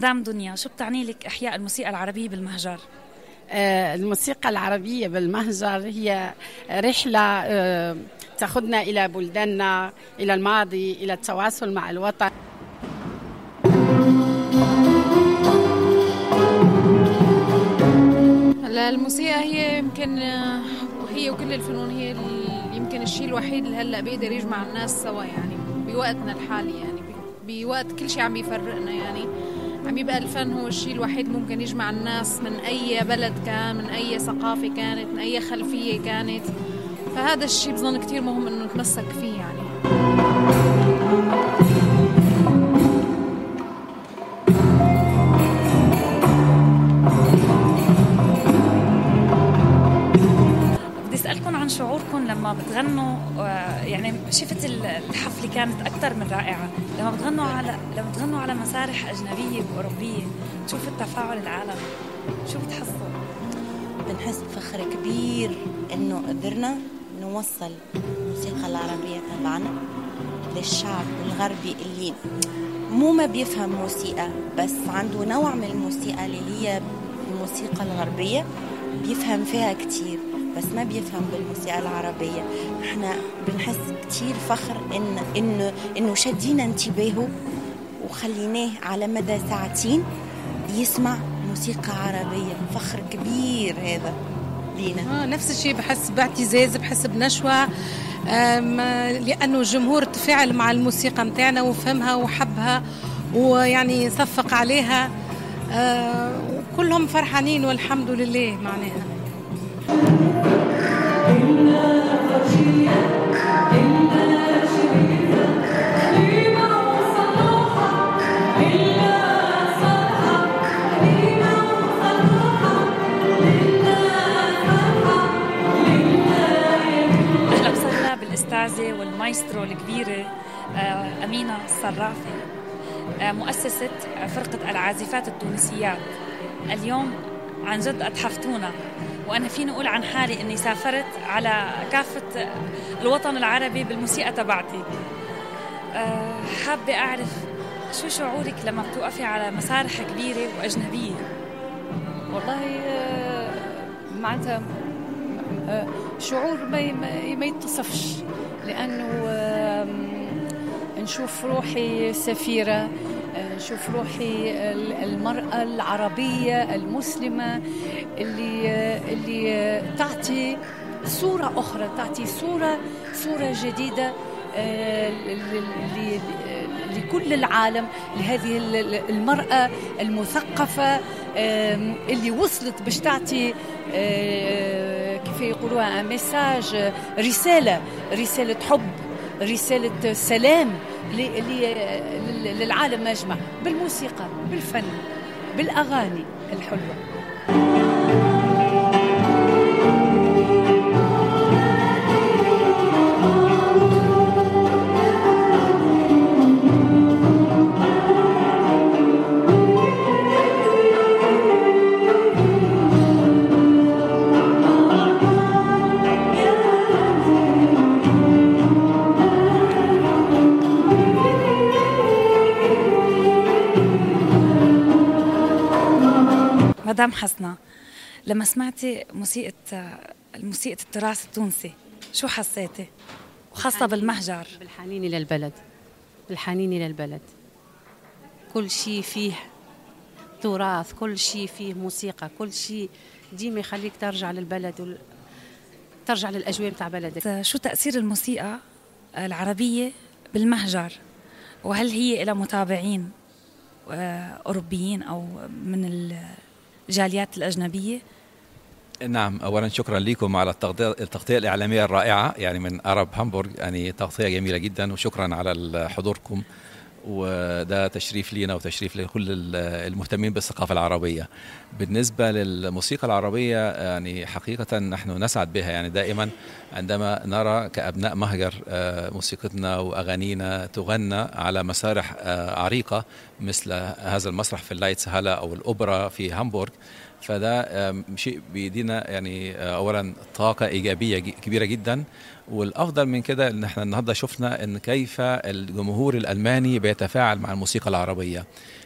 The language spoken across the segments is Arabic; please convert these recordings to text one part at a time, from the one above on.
مدام دنيا، شو بتعني لك إحياء الموسيقى العربية بالمهجر؟ الموسيقى العربية بالمهجر هي رحلة تأخذنا إلى بلداننا، إلى الماضي، إلى التواصل مع الوطن. الموسيقى هي يمكن وهي وكل الفنون هي يمكن الشيء الوحيد اللي هلا بيقدر يجمع الناس سوا، يعني بوقتنا الحالي، يعني بوقت كل شيء عم بيفرقنا، يعني عم يبقى الفن هو الشيء الوحيد ممكن يجمع الناس من أي بلد كان، من أي ثقافة كانت، من أي خلفية كانت. فهذا الشيء بظن كتير مهم إنه نتمسك فيه يعني. بدي أسألكم عن شعوركم لما بتغنوا، يعني شفت الحفلة كانت أكثر من رائعة، لما بتغنوا على مسارح أجنبية وأوروبية، تشوف التفاعل العالمي، شو بتحسوا؟ بنحس بفخر كبير إنه قدرنا نوصل الموسيقى العربية تبعنا للشعب الغربي اللي مو ما بيفهم موسيقى، بس عنده نوع من الموسيقى اللي هي الموسيقى الغربية بيفهم فيها كتير، بس ما بيفهم بالموسيقى العربية. احنا بنحس كتير فخر إنه شدينا انتباهه وخليناه على مدى ساعتين يسمع موسيقى عربية. فخر كبير هذا لينا. نفس الشيء، بحس باعتزاز، بحس بنشوة، لأنه الجمهور تفاعل مع الموسيقى متاعنا وفهمها وحبها ويعني صفق عليها، وكلهم فرحانين والحمد لله معناها. الأستاذة والمايسترو الكبيرة أمينة الصرافي، مؤسسة فرقة العازفات التونسيات. اليوم عن جد أتحفتونا، وأنا فيني أقول عن حالي أني سافرت على كافة الوطن العربي بالموسيقى تبعتي. حابة أعرف شو شعورك لما بتوقفي على مسارح كبيرة وأجنبية؟ والله معناتها شعور ما يتصفش، لأنه نشوف روحي سفيرة، نشوف روحي المرأة العربية المسلمة اللي تعطي صورة أخرى، تعطي صورة جديدة لكل العالم، لهذه المرأة المثقفة اللي وصلت باش تعطي كيف يقولوها مساج، رسالة حب، رسالة سلام للعالم أجمع، بالموسيقى، بالفن، بالأغاني الحلوة. مدام حسنة، لما سمعتي موسيقى التراث التونسي شو حسيتي؟ وخاصة بالمهجر. بالحنين إلى البلد، كل شيء فيه تراث، كل شيء فيه موسيقى، كل شيء ديما يخليك ترجع للبلد ترجع للأجواء متاع بلدك. شو تأثير الموسيقى العربية بالمهجر؟ وهل هي إلى متابعين أوروبيين أو من الجاليات الأجنبية؟ نعم، أولا شكرا لكم على التغطية الإعلامية الرائعة، يعني من أرب هامبورغ، يعني تغطية جميلة جدا، وشكرا على حضوركم، وده تشريف لينا وتشريف لكل المهتمين بالثقافة العربية. بالنسبة للموسيقى العربية يعني حقيقة نحن نسعد بها، يعني دائما عندما نرى كأبناء مهجر موسيقتنا وأغانينا تغنى على مسارح عريقة مثل هذا المسرح في اللايتس هالا أو الأوبرا في هامبورغ، فده شيء بيدينا يعني أولا طاقة إيجابية كبيرة جدا. والأفضل من كده إن احنا النهاردة شفنا إن كيف الجمهور الألماني بيتفاعل مع الموسيقى العربية،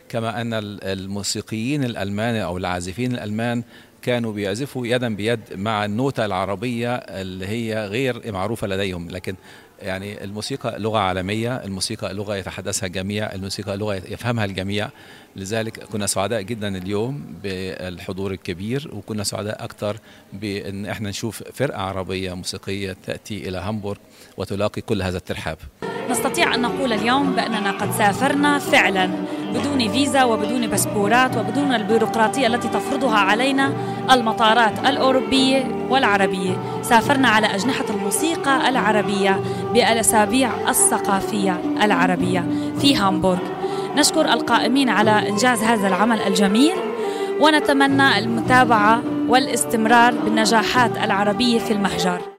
كما أن الموسيقيين الألمان أو العازفين الألمان كانوا بيعزفوا يدا بيد مع النوتة العربية اللي هي غير معروفة لديهم. لكن يعني الموسيقى لغة عالمية، الموسيقى لغة يتحدثها الجميع، الموسيقى لغة يفهمها الجميع. لذلك كنا سعداء جدا اليوم بالحضور الكبير، وكنا سعداء أكثر بأن احنا نشوف فرقة عربية موسيقية تأتي إلى هامبورغ وتلاقي كل هذا الترحاب. نستطيع أن نقول اليوم بأننا قد سافرنا فعلا بدون فيزا وبدون باسبورات وبدون البيروقراطية التي تفرضها علينا المطارات الأوروبية والعربية. سافرنا على أجنحة الموسيقى العربية بالأسابيع الثقافية العربية في هامبورغ. نشكر القائمين على إنجاز هذا العمل الجميل، ونتمنى المتابعة والاستمرار بالنجاحات العربية في المهجر.